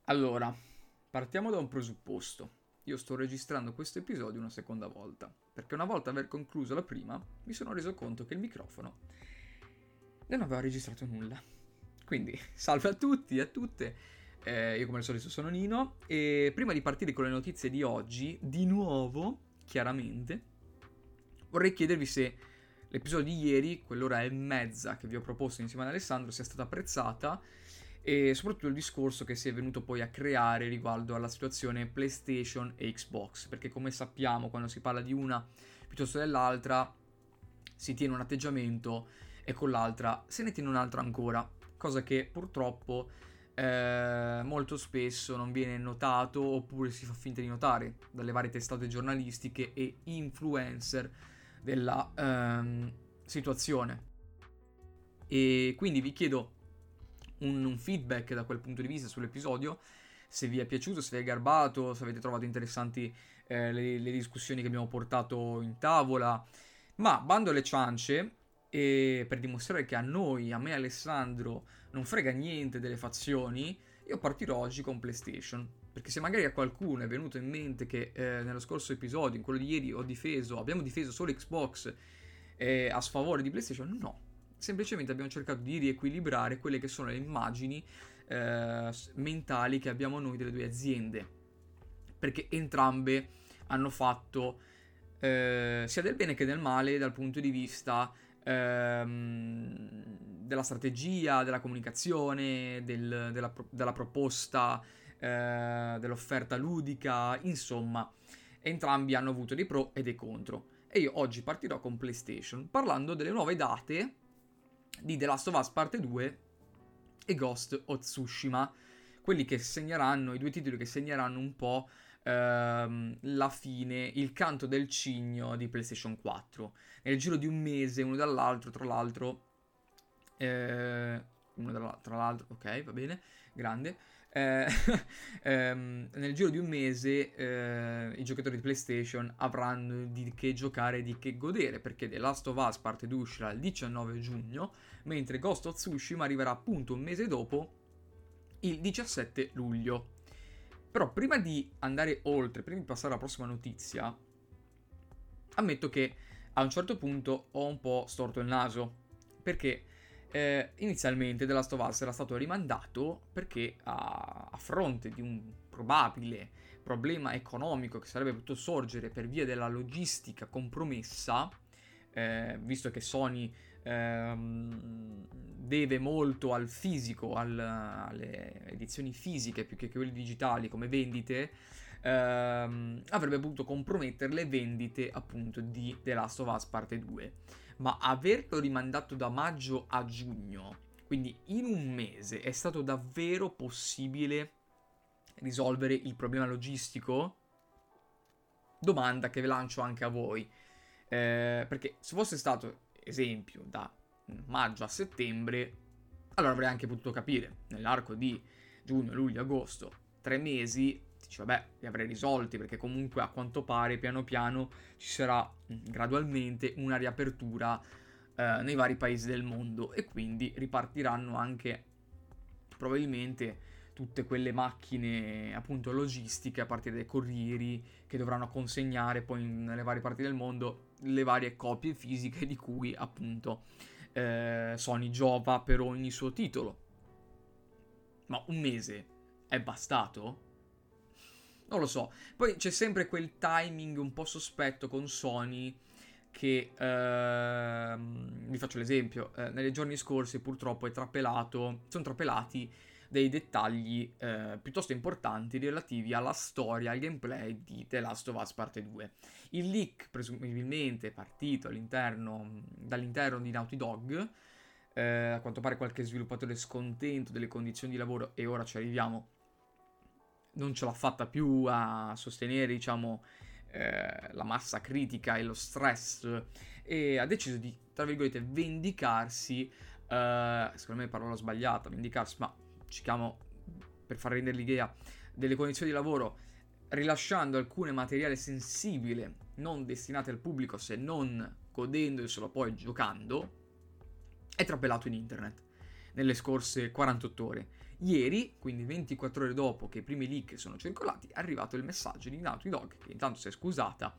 Allora, partiamo da un presupposto. Io sto registrando questo episodio una seconda volta, perché una volta aver concluso la prima, mi sono reso conto che il microfono non aveva registrato nulla. Quindi, salve a tutti e a tutte, io come al solito sono Nino, e prima di partire con le notizie di oggi, di nuovo, chiaramente, vorrei chiedervi se l'episodio di ieri, quell'ora e mezza che vi ho proposto insieme ad Alessandro, sia stata apprezzata e soprattutto il discorso che si è venuto poi a creare riguardo alla situazione PlayStation e Xbox, perché come sappiamo quando si parla di una piuttosto dell'altra si tiene un atteggiamento e con l'altra se ne tiene un altro ancora, cosa che purtroppo molto spesso non viene notato oppure si fa finta di notare dalle varie testate giornalistiche e influencer della situazione. E quindi vi chiedo un feedback da quel punto di vista sull'episodio, se vi è piaciuto, se vi è garbato, se avete trovato interessanti le discussioni che abbiamo portato in tavola. Ma bando alle ciance, e per dimostrare che a noi, a me e Alessandro, non frega niente delle fazioni, io partirò oggi con PlayStation. Perché se magari a qualcuno è venuto in mente che nello scorso episodio, in quello di ieri, abbiamo difeso solo Xbox a sfavore di PlayStation, no. Semplicemente abbiamo cercato di riequilibrare quelle che sono le immagini mentali che abbiamo noi delle due aziende. Perché entrambe hanno fatto sia del bene che del male dal punto di vista della strategia, della comunicazione, della proposta, dell'offerta ludica, insomma, entrambi hanno avuto dei pro e dei contro. E io oggi partirò con PlayStation parlando delle nuove date di The Last of Us Parte 2 e Ghost of Tsushima, quelli che segneranno, i due titoli che segneranno un po' la fine, il canto del cigno di PlayStation 4. Nel giro di un mese, uno dall'altro, tra l'altro, tra l'altro, ok, va bene, grande. Eh, nel giro di un mese i giocatori di PlayStation avranno di che giocare e di che godere, perché The Last of Us Parte 2 uscirà il 19 giugno, mentre Ghost of Tsushima arriverà appunto un mese dopo, il 17 luglio. Però prima di andare oltre, prima di passare alla prossima notizia, ammetto che a un certo punto ho un po' storto il naso, perché inizialmente The Last of Us era stato rimandato perché a fronte di un probabile problema economico che sarebbe potuto sorgere per via della logistica compromessa, visto che Sony deve molto al fisico, alle edizioni fisiche più che quelle digitali come vendite, avrebbe potuto compromettere le vendite appunto di The Last of Us Parte 2. Ma averlo rimandato da maggio a giugno, quindi in un mese, è stato davvero possibile risolvere il problema logistico? Domanda che ve lancio anche a voi. Perché se fosse stato, esempio, da maggio a settembre, allora avrei anche potuto capire, nell'arco di giugno, luglio, agosto, 3 mesi, dici vabbè, li avrei risolti, perché comunque a quanto pare piano piano ci sarà gradualmente una riapertura nei vari paesi del mondo e quindi ripartiranno anche probabilmente tutte quelle macchine appunto logistiche a partire dai corrieri che dovranno consegnare poi nelle varie parti del mondo le varie copie fisiche di cui appunto Sony giova per ogni suo titolo. Ma un mese è bastato? Non lo so. Poi c'è sempre quel timing un po' sospetto con Sony che, vi faccio l'esempio, nei giorni scorsi purtroppo sono trapelati dei dettagli piuttosto importanti relativi alla storia, al gameplay di The Last of Us Parte 2. Il leak presumibilmente è partito dall'interno di Naughty Dog, a quanto pare qualche sviluppatore scontento delle condizioni di lavoro, e ora ci arriviamo, non ce l'ha fatta più a sostenere, diciamo, la massa critica e lo stress e ha deciso di, tra virgolette, vendicarsi, secondo me è parola sbagliata, vendicarsi, ma ci chiamo per far rendere l'idea delle condizioni di lavoro, rilasciando alcune materiale sensibile non destinate al pubblico se non godendoselo poi giocando, è trapelato in internet. nelle scorse 48 ore. Ieri, quindi 24 ore dopo che i primi leak sono circolati, è arrivato il messaggio di Naughty Dog, che intanto si è scusata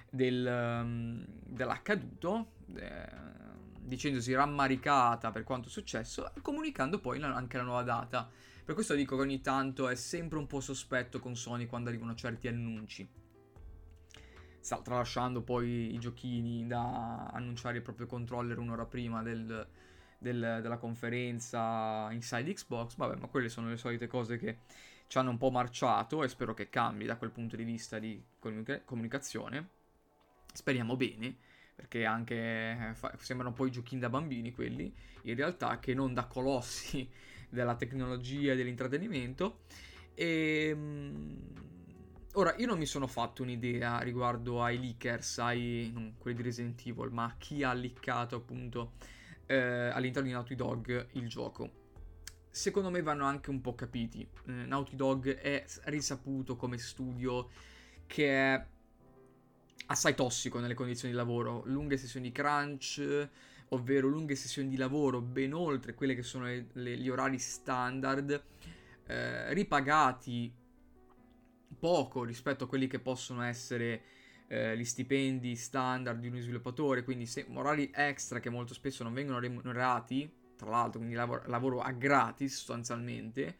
dell'accaduto, dicendosi rammaricata per quanto è successo, comunicando poi anche la nuova data. Per questo dico che ogni tanto è sempre un po' sospetto con Sony quando arrivano certi annunci, tralasciando poi i giochini da annunciare il proprio controller un'ora prima della conferenza Inside Xbox. Vabbè, ma quelle sono le solite cose che ci hanno un po' marciato, e spero che cambi da quel punto di vista di comunicazione. Speriamo bene, perché anche sembrano poi giochini da bambini quelli, in realtà, che non da colossi della tecnologia e dell'intrattenimento. E ora, io non mi sono fatto un'idea riguardo ai leakers, non quelli di Resident Evil, ma chi ha leakato appunto all'interno di Naughty Dog il gioco. Secondo me vanno anche un po' capiti. Naughty Dog è risaputo come studio che è assai tossico nelle condizioni di lavoro, lunghe sessioni di crunch, ovvero lunghe sessioni di lavoro ben oltre quelle che sono gli orari standard, ripagati poco rispetto a quelli che possono essere gli stipendi standard di uno sviluppatore, quindi orari extra che molto spesso non vengono remunerati, tra l'altro, quindi lavoro a gratis sostanzialmente.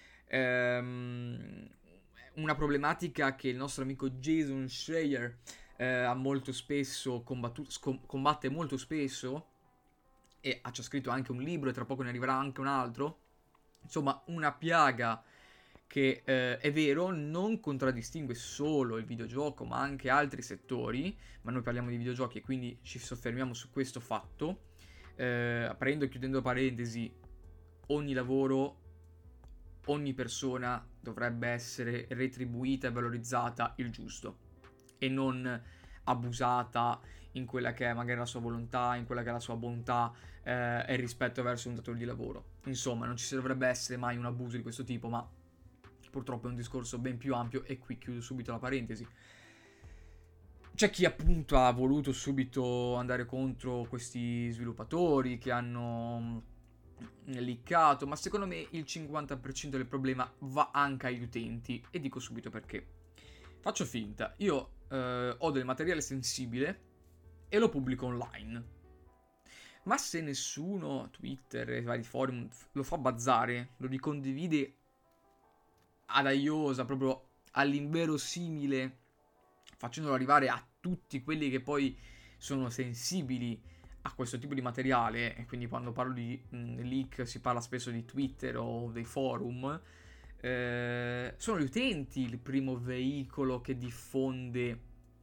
Una problematica che il nostro amico Jason Schreier ha molto spesso combatte molto spesso, e ha già scritto anche un libro e tra poco ne arriverà anche un altro. Insomma, una piaga che è vero, non contraddistingue solo il videogioco, ma anche altri settori, ma noi parliamo di videogiochi e quindi ci soffermiamo su questo fatto. Aprendo e chiudendo parentesi, ogni lavoro, ogni persona dovrebbe essere retribuita e valorizzata il giusto, e non abusata in quella che è magari la sua volontà, in quella che è la sua bontà e rispetto verso un datore di lavoro. Insomma, non ci dovrebbe essere mai un abuso di questo tipo, ma purtroppo è un discorso ben più ampio, e qui chiudo subito la parentesi. C'è chi appunto ha voluto subito andare contro questi sviluppatori che hanno leakato, ma secondo me il 50% del problema va anche agli utenti, e dico subito perché. Faccio finta, io ho del materiale sensibile e lo pubblico online, ma se nessuno, Twitter e vari forum, lo fa bazzare, lo ricondivide ad aiosa, proprio all'inverosimile, facendolo arrivare a tutti quelli che poi sono sensibili a questo tipo di materiale, e quindi quando parlo di leak si parla spesso di Twitter o dei forum, sono gli utenti il primo veicolo che diffonde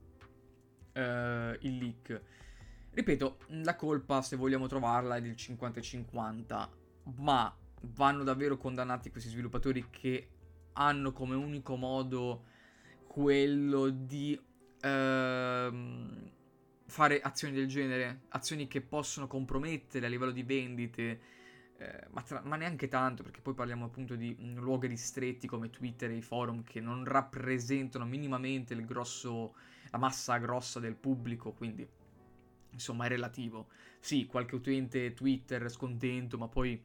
il leak. Ripeto, la colpa, se vogliamo trovarla, è del 50-50, ma vanno davvero condannati questi sviluppatori che hanno come unico modo quello di fare azioni del genere, azioni che possono compromettere a livello di vendite, ma neanche tanto, perché poi parliamo appunto di luoghi ristretti come Twitter e i forum che non rappresentano minimamente la massa grossa del pubblico, quindi insomma è relativo. Sì, qualche utente Twitter scontento, ma poi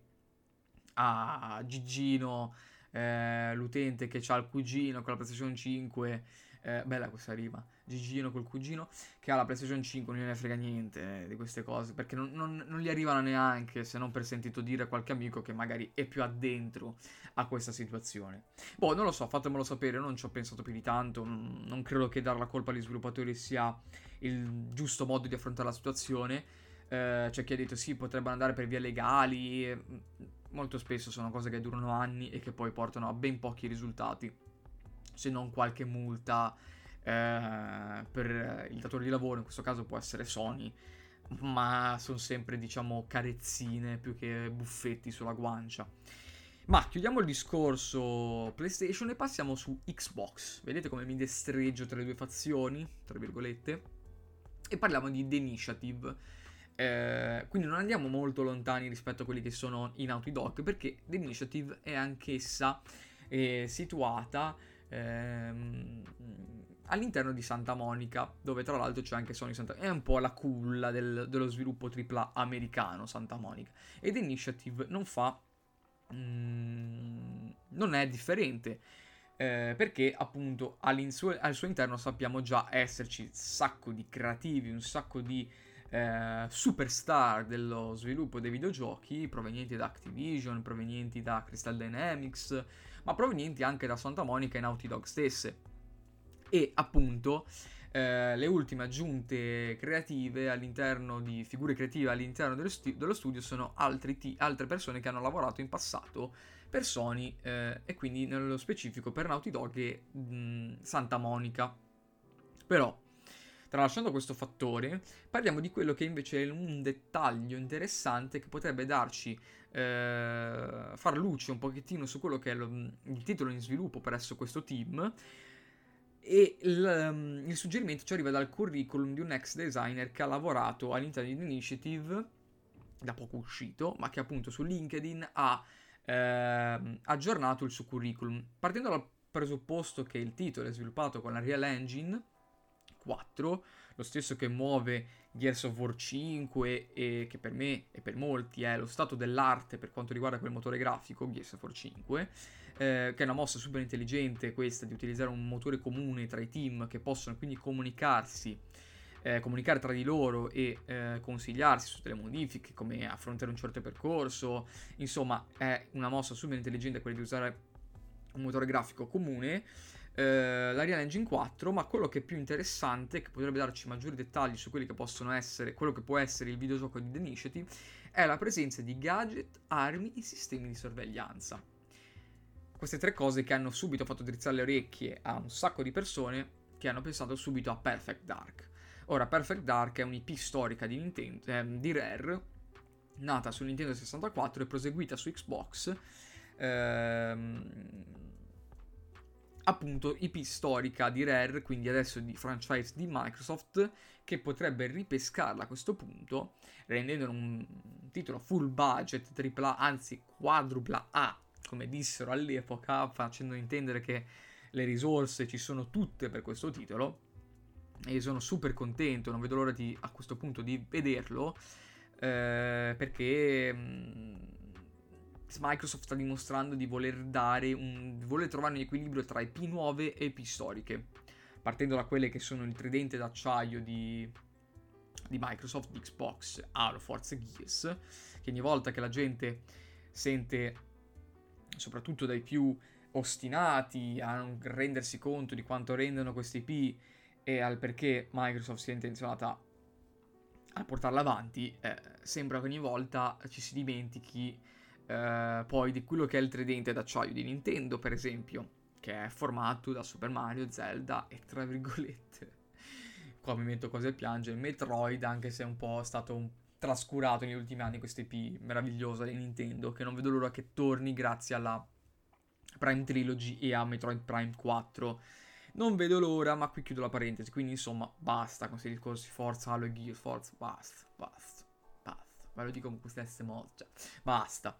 Gigino, l'utente che ha il cugino con la PlayStation 5, bella questa rima, Gigino col cugino che ha la PlayStation 5, non gliene frega niente di queste cose, perché non gli arrivano neanche, se non per sentito dire qualche amico che magari è più addentro a questa situazione. Boh, non lo so, fatemelo sapere, non ci ho pensato più di tanto, non credo che dare la colpa agli sviluppatori sia il giusto modo di affrontare la situazione. C'è chi ha detto sì, potrebbero andare per vie legali, molto spesso sono cose che durano anni e che poi portano a ben pochi risultati, se non qualche multa per il datore di lavoro, in questo caso può essere Sony, ma sono sempre, diciamo, carezzine più che buffetti sulla guancia. Ma chiudiamo il discorso PlayStation e passiamo su Xbox. Vedete come mi destreggio tra le due fazioni, tra virgolette, e parliamo di The Initiative. Quindi non andiamo molto lontani rispetto a quelli che sono i Naughty Dog, perché The Initiative è anch'essa situata all'interno di Santa Monica, dove tra l'altro c'è anche Sony Santa Monica. È un po' la culla dello sviluppo AAA americano, Santa Monica. Ed Initiative non è differente, perché appunto al suo interno sappiamo già esserci un sacco di creativi, un sacco di superstar dello sviluppo dei videogiochi, provenienti da Activision, provenienti da Crystal Dynamics, ma provenienti anche da Santa Monica e Naughty Dog stesse. E appunto le ultime aggiunte creative all'interno di figure creative all'interno dello studio sono altre persone che hanno lavorato in passato per Sony, e quindi nello specifico per Naughty Dog e Santa Monica. Però, tralasciando questo fattore, parliamo di quello che invece è un dettaglio interessante che potrebbe darci far luce un pochettino su quello che è il titolo in sviluppo presso questo team. E il suggerimento ci arriva dal curriculum di un ex designer che ha lavorato all'interno di Initiative, da poco uscito, ma che appunto su LinkedIn ha aggiornato il suo curriculum, partendo dal presupposto che il titolo è sviluppato con la Real Engine 4, lo stesso che muove Gears of War 5 e che per me e per molti è lo stato dell'arte per quanto riguarda quel motore grafico, Gears of War 5, che è una mossa super intelligente questa di utilizzare un motore comune tra i team che possono quindi comunicare tra di loro e consigliarsi su delle modifiche, come affrontare un certo percorso. Insomma, è una mossa super intelligente quella di usare un motore grafico comune, la Real Engine 4, ma quello che è più interessante, che potrebbe darci maggiori dettagli su quelli che possono essere, quello che può essere il videogioco di The Initiative, è la presenza di gadget, armi e sistemi di sorveglianza. Queste tre cose che hanno subito fatto drizzare le orecchie a un sacco di persone che hanno pensato subito a Perfect Dark. Ora, Perfect Dark è un'IP storica di di Rare, nata su Nintendo 64 e proseguita su Xbox, appunto IP storica di Rare, quindi adesso di franchise di Microsoft, che potrebbe ripescarla a questo punto, rendendola un titolo full budget, AAA, anzi quadrupla A, come dissero all'epoca, facendo intendere che le risorse ci sono tutte per questo titolo. E sono super contento, non vedo l'ora a questo punto di vederlo, perché Microsoft sta dimostrando di voler trovare un equilibrio tra IP nuove e IP storiche, partendo da quelle che sono il tridente d'acciaio di Microsoft, di Xbox, Halo, Forza e Gears, che ogni volta che la gente sente, soprattutto dai più ostinati, a non rendersi conto di quanto rendono queste IP e al perché Microsoft sia intenzionata a portarla avanti, sembra che ogni volta ci si dimentichi poi di quello che è il tridente d'acciaio di Nintendo, per esempio, che è formato da Super Mario, Zelda e, tra virgolette, qua mi metto quasi a piangere, Metroid, anche se è un po' stato trascurato negli ultimi anni questa IP meravigliosa di Nintendo, che non vedo l'ora che torni grazie alla Prime Trilogy e a Metroid Prime 4. Non vedo l'ora, ma qui chiudo la parentesi. Quindi, insomma, basta con questi discorsi. Forza, Halo e Gears, forza, basta. Ve lo dico con queste stesse mosse. Cioè, basta.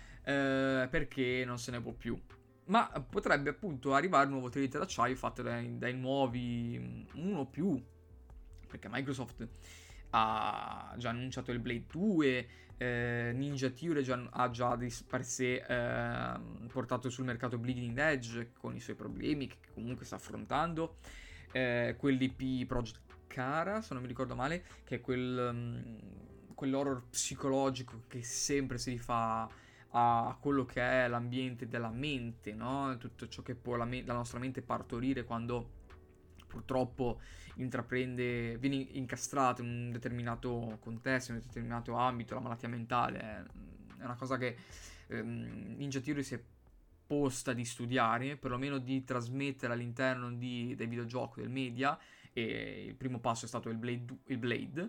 Perché non se ne può più. Ma potrebbe appunto arrivare un nuovo tridente d'acciaio fatto dai nuovi. Uno più. Perché Microsoft ha già annunciato il Blade 2. Ninja Theory ha già di per sé portato sul mercato Bleeding Edge con i suoi problemi che comunque sta affrontando, quell'IP Project Cara, se non mi ricordo male, che è quell'horror psicologico che sempre si rifà a quello che è l'ambiente della mente, no? Tutto ciò che può la nostra mente partorire quando purtroppo viene incastrato in un determinato contesto, in un determinato ambito, la malattia mentale è una cosa che Ninja Theory si è posta di studiare, perlomeno di trasmettere all'interno dei videogiochi, del media, e il primo passo è stato il Blade.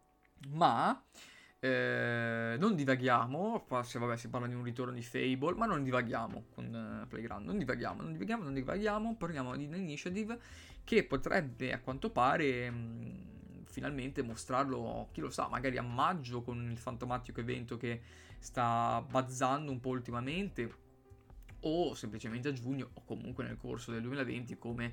Ma non divaghiamo, si parla di un ritorno di Fable, ma non divaghiamo con Playground, non divaghiamo, parliamo di Initiative che potrebbe a quanto pare finalmente mostrarlo, chi lo sa, magari a maggio con il fantomatico evento che sta buzzando un po' ultimamente, o semplicemente a giugno o comunque nel corso del 2020 come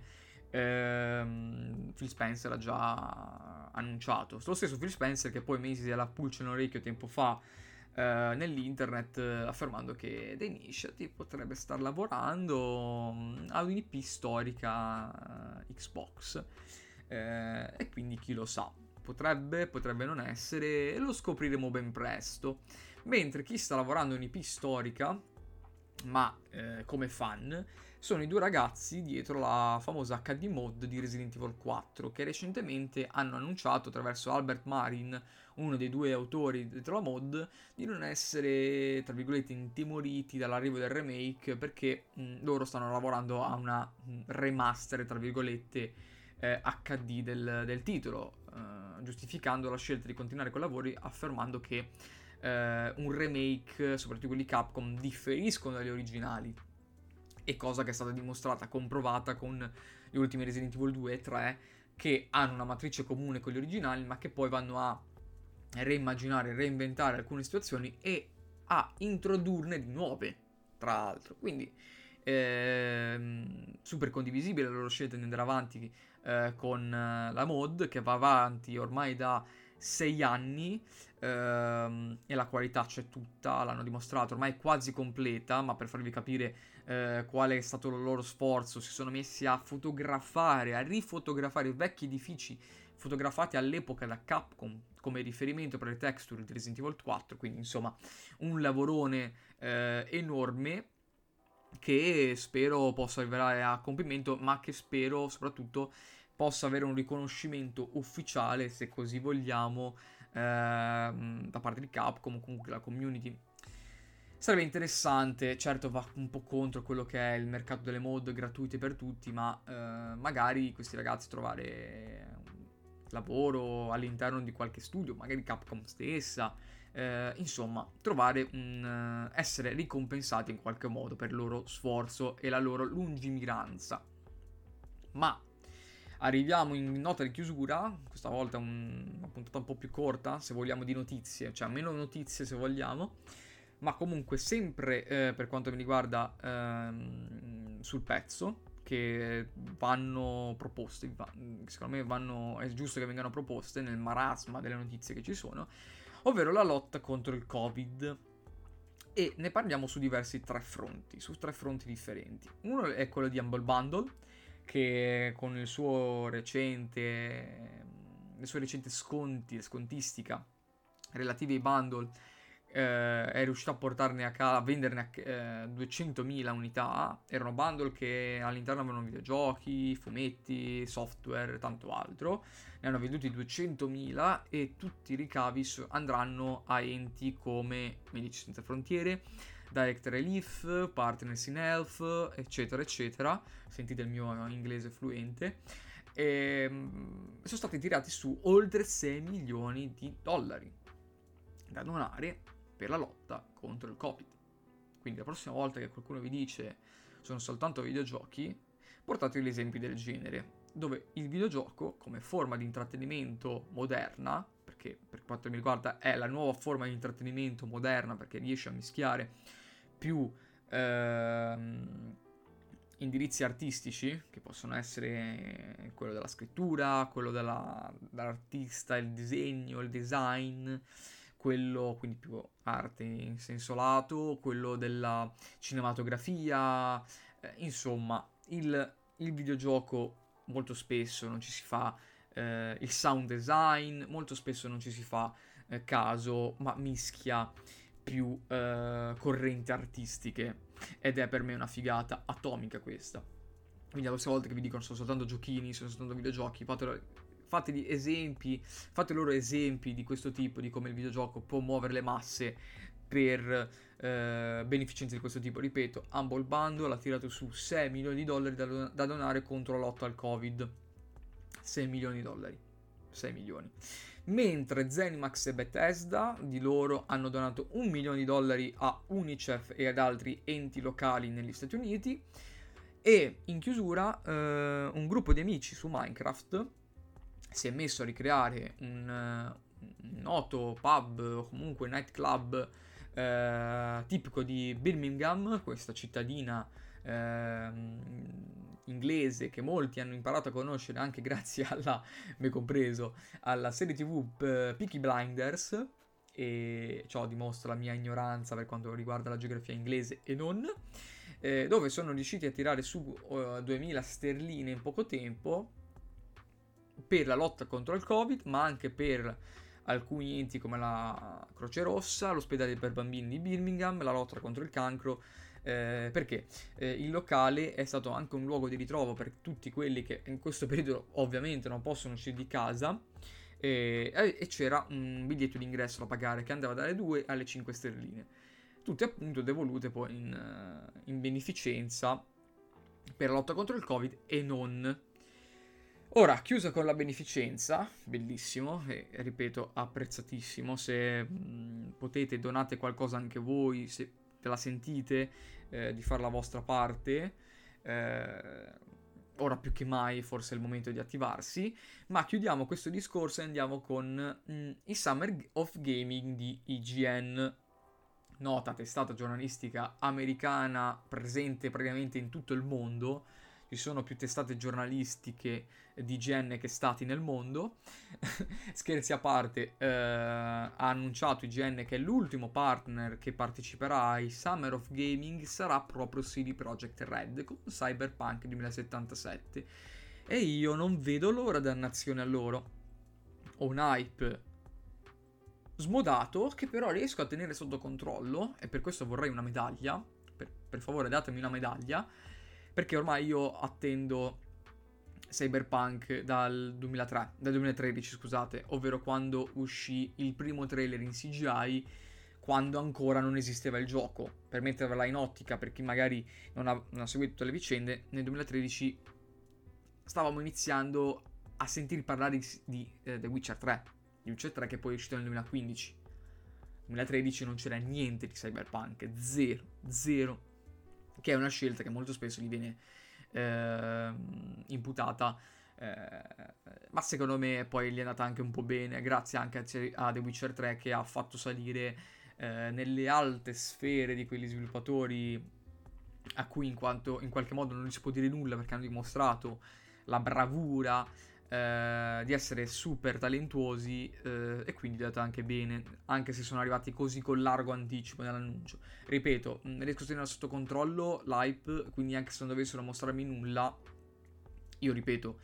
Phil Spencer ha già annunciato. Lo stesso Phil Spencer che poi mesi alla pulce in orecchio tempo fa nell'internet affermando che The Initiative potrebbe star lavorando ad un'IP storica Xbox e quindi chi lo sa, potrebbe non essere, e lo scopriremo ben presto. Mentre chi sta lavorando a un'IP storica ma come fan sono i due ragazzi dietro la famosa HD mod di Resident Evil 4 che recentemente hanno annunciato attraverso Albert Marin, uno dei due autori dietro la mod, di non essere tra virgolette intimoriti dall'arrivo del remake perché loro stanno lavorando a una remaster tra virgolette HD del titolo, giustificando la scelta di continuare con i lavori affermando che un remake, soprattutto quelli Capcom, differiscono dagli originali, e cosa che è stata dimostrata, comprovata con gli ultimi Resident Evil 2 e 3, che hanno una matrice comune con gli originali ma che poi vanno a reimmaginare, reinventare alcune situazioni e a introdurne di nuove, tra l'altro. Quindi super condivisibile la loro scelta di andare avanti con la mod che va avanti ormai da 6 anni e la qualità c'è tutta, l'hanno dimostrato, ormai è quasi completa, ma per farvi capire qual è stato il loro sforzo, si sono messi a fotografare, a rifotografare vecchi edifici fotografati all'epoca da Capcom come riferimento per le texture di Resident Evil 4, quindi insomma un lavorone enorme che spero possa arrivare a compimento, ma che spero soprattutto possa avere un riconoscimento ufficiale, se così vogliamo, da parte di Capcom o comunque la community. Sarebbe interessante, certo va un po' contro quello che è il mercato delle mod gratuite per tutti, ma magari questi ragazzi trovare lavoro all'interno di qualche studio, magari Capcom stessa, insomma, trovare essere ricompensati in qualche modo per il loro sforzo e la loro lungimiranza. Ma arriviamo in nota di chiusura, questa volta una puntata un po' più corta, se vogliamo, di notizie, cioè meno notizie se vogliamo, ma comunque sempre per quanto mi riguarda sul pezzo, che vanno proposte, secondo me è giusto che vengano proposte nel marasma delle notizie che ci sono, ovvero la lotta contro il Covid. E ne parliamo su tre fronti differenti. Uno è quello di Humble Bundle, che con le sue recenti scontistica relative ai bundle è riuscito a portarne a venderne 200.000 unità. Erano bundle che all'interno avevano videogiochi, fumetti, software e tanto altro. Ne hanno venduti 200.000 e tutti i ricavi andranno a enti come Medici Senza Frontiere, Direct Relief, Partners in Health, eccetera eccetera. Sentite il mio inglese fluente. E sono stati tirati su oltre 6 milioni di dollari da donare per la lotta contro il Covid. Quindi la prossima volta che qualcuno vi dice sono soltanto videogiochi, portatevi gli esempi del genere, dove il videogioco come forma di intrattenimento moderna, perché per quanto mi riguarda è la nuova forma di intrattenimento moderna perché riesce a mischiare più indirizzi artistici, che possono essere quello della scrittura, quello dell'artista, il disegno, il design, quello quindi più arte in senso lato, quello della cinematografia, insomma il videogioco molto spesso non ci si fa il sound design, molto spesso non ci si fa caso, ma mischia più correnti artistiche, ed è per me una figata atomica questa. Quindi la prossima volta che vi dicono sono soltanto giochini, sono soltanto videogiochi, fate loro esempi di questo tipo, di come il videogioco può muovere le masse per beneficenza di questo tipo. Ripeto, Humble Bundle ha tirato su 6 milioni di dollari da donare contro la lotta al Covid. 6 milioni di dollari. 6 milioni. Mentre Zenimax e Bethesda di loro hanno donato 1 milione di dollari a UNICEF e ad altri enti locali negli Stati Uniti. E in chiusura un gruppo di amici su Minecraft si è messo a ricreare un noto pub o comunque nightclub tipico di Birmingham, questa cittadina inglese che molti hanno imparato a conoscere anche grazie alla, me compreso, alla serie TV Peaky Blinders, e ciò dimostra la mia ignoranza per quanto riguarda la geografia inglese e non, dove sono riusciti a tirare su 2000 sterline in poco tempo per la lotta contro il Covid, ma anche per alcuni enti come la Croce Rossa, l'ospedale per bambini di Birmingham, la lotta contro il cancro, perché il locale è stato anche un luogo di ritrovo per tutti quelli che in questo periodo ovviamente non possono uscire di casa, e c'era un biglietto d'ingresso da pagare che andava dalle 2 alle 5 sterline, tutte appunto devolute poi in beneficenza per la lotta contro il Covid e non. Ora, chiusa con la beneficenza, bellissimo, e ripeto, apprezzatissimo, se potete donate qualcosa anche voi, se ve la sentite di fare la vostra parte, ora più che mai forse è il momento di attivarsi, ma chiudiamo questo discorso e andiamo con i Summer of Gaming di IGN, nota testata giornalistica americana presente praticamente in tutto il mondo. Ci sono più testate giornalistiche di IGN che stati nel mondo. Scherzi a parte, ha annunciato IGN che l'ultimo partner che parteciperà ai Summer of Gaming sarà proprio CD Projekt Red con Cyberpunk 2077. E io non vedo l'ora, dannazione a loro. Ho un hype smodato che però riesco a tenere sotto controllo, e per questo vorrei una medaglia. Per favore datemi una medaglia, perché ormai io attendo Cyberpunk dal 2013, scusate, ovvero quando uscì il primo trailer in CGI, quando ancora non esisteva il gioco. Per metterla in ottica, per chi magari non ha seguito tutte le vicende, nel 2013 stavamo iniziando a sentir parlare di The Witcher 3. The Witcher 3 che poi è uscito nel 2015. Nel 2013 non c'era niente di Cyberpunk, zero. Che è una scelta che molto spesso gli viene imputata, ma secondo me poi gli è andata anche un po' bene, grazie anche a The Witcher 3 che ha fatto salire nelle alte sfere di quegli sviluppatori a cui in qualche modo non gli si può dire nulla, perché hanno dimostrato la bravura di essere super talentuosi, e quindi è andata anche bene, anche se sono arrivati così con largo anticipo nell'annuncio. Ripeto, riesco a tenere sotto controllo l'hype, quindi anche se non dovessero mostrarmi nulla, io ripeto,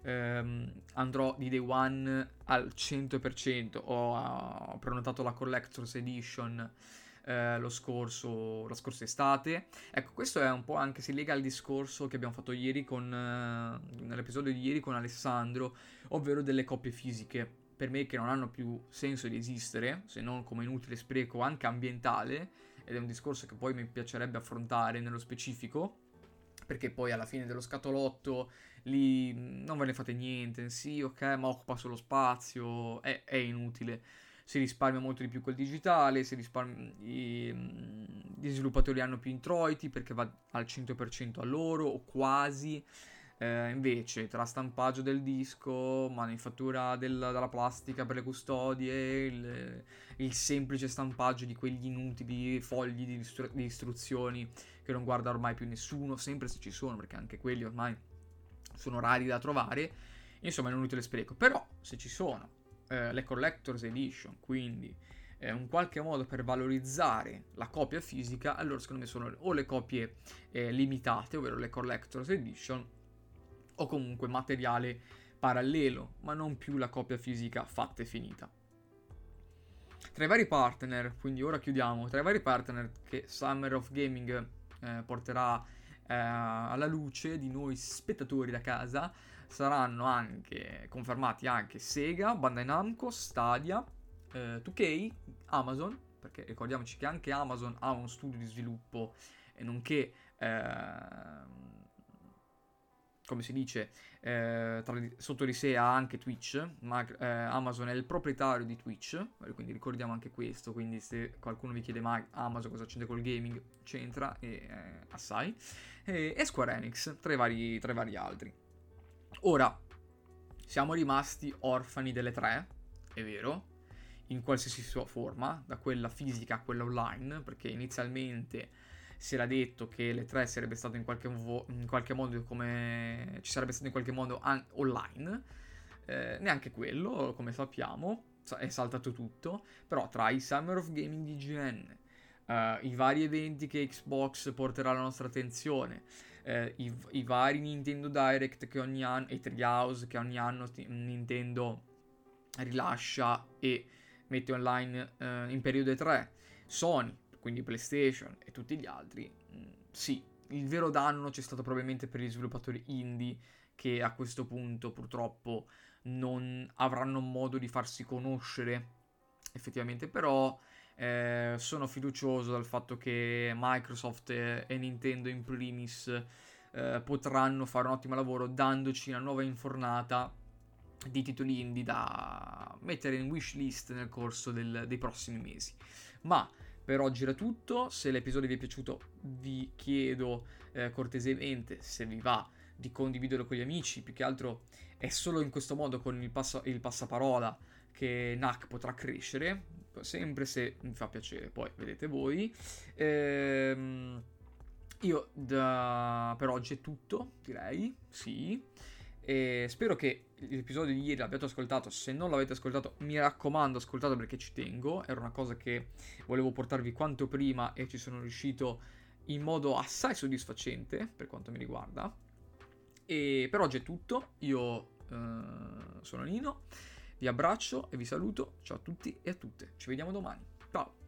andrò di day one al 100%. Ho prenotato la Collector's Edition la scorsa estate. Ecco, questo è un po' anche, si lega al discorso che abbiamo fatto ieri nell'episodio di ieri con Alessandro, ovvero delle copie fisiche. Per me che non hanno più senso di esistere, se non come inutile spreco anche ambientale, ed è un discorso che poi mi piacerebbe affrontare nello specifico, perché poi alla fine dello scatolotto lì non ve ne fate niente, sì, ok, ma occupa solo spazio, è inutile. Si risparmia molto di più col digitale, gli sviluppatori hanno più introiti perché va al 100% a loro o quasi. Invece tra stampaggio del disco, manifattura della plastica per le custodie, il semplice stampaggio di quegli inutili fogli di istruzioni che non guarda ormai più nessuno, sempre se ci sono, perché anche quelli ormai sono rari da trovare, insomma è un inutile spreco. Però se ci sono le Collector's Edition, quindi un qualche modo per valorizzare la copia fisica, allora secondo me sono o le copie limitate, ovvero le Collector's Edition, o comunque materiale parallelo, ma non più la copia fisica fatta e finita. Tra i vari partner, quindi ora chiudiamo, tra i vari partner che Summer of Gaming porterà alla luce di noi spettatori da casa, saranno anche confermati anche Sega, Bandai Namco, Stadia, 2K, Amazon, perché ricordiamoci che anche Amazon ha uno studio di sviluppo e nonché come si dice, sotto di sé ha anche Twitch, ma Amazon è il proprietario di Twitch, quindi ricordiamo anche questo, quindi se qualcuno vi chiede mai Amazon cosa c'entra col gaming, c'entra, assai, e Square Enix, tra i vari altri. Ora, siamo rimasti orfani delle tre, è vero, in qualsiasi sua forma, da quella fisica a quella online, perché inizialmente si era detto che le 3 sarebbe stato in qualche modo come ci sarebbe stato in qualche modo online, neanche quello, come sappiamo, è saltato tutto, però tra i Summer of Gaming di IGN, i vari eventi che Xbox porterà alla nostra attenzione, i vari Nintendo Direct che ogni anno, e Treehouse che ogni anno Nintendo rilascia e mette online in periodo 3, Sony, quindi PlayStation e tutti gli altri, sì, il vero danno c'è stato probabilmente per gli sviluppatori indie che a questo punto purtroppo non avranno modo di farsi conoscere effettivamente, però sono fiducioso dal fatto che Microsoft e Nintendo in primis potranno fare un ottimo lavoro dandoci una nuova infornata di titoli indie da mettere in wishlist nel corso dei prossimi mesi. Ma per oggi era tutto. Se l'episodio vi è piaciuto, vi chiedo cortesemente, se vi va, di condividerlo con gli amici. Più che altro è solo in questo modo, con il passaparola, che NAC potrà crescere, sempre se mi fa piacere, poi vedete voi. Per oggi è tutto, direi, sì. E spero che l'episodio di ieri l'abbiate ascoltato. Se non l'avete ascoltato, mi raccomando, ascoltatelo perché ci tengo. Era una cosa che volevo portarvi quanto prima e ci sono riuscito in modo assai soddisfacente per quanto mi riguarda. E per oggi è tutto. Io sono Nino, vi abbraccio e vi saluto. Ciao a tutti e a tutte. Ci vediamo domani. Ciao.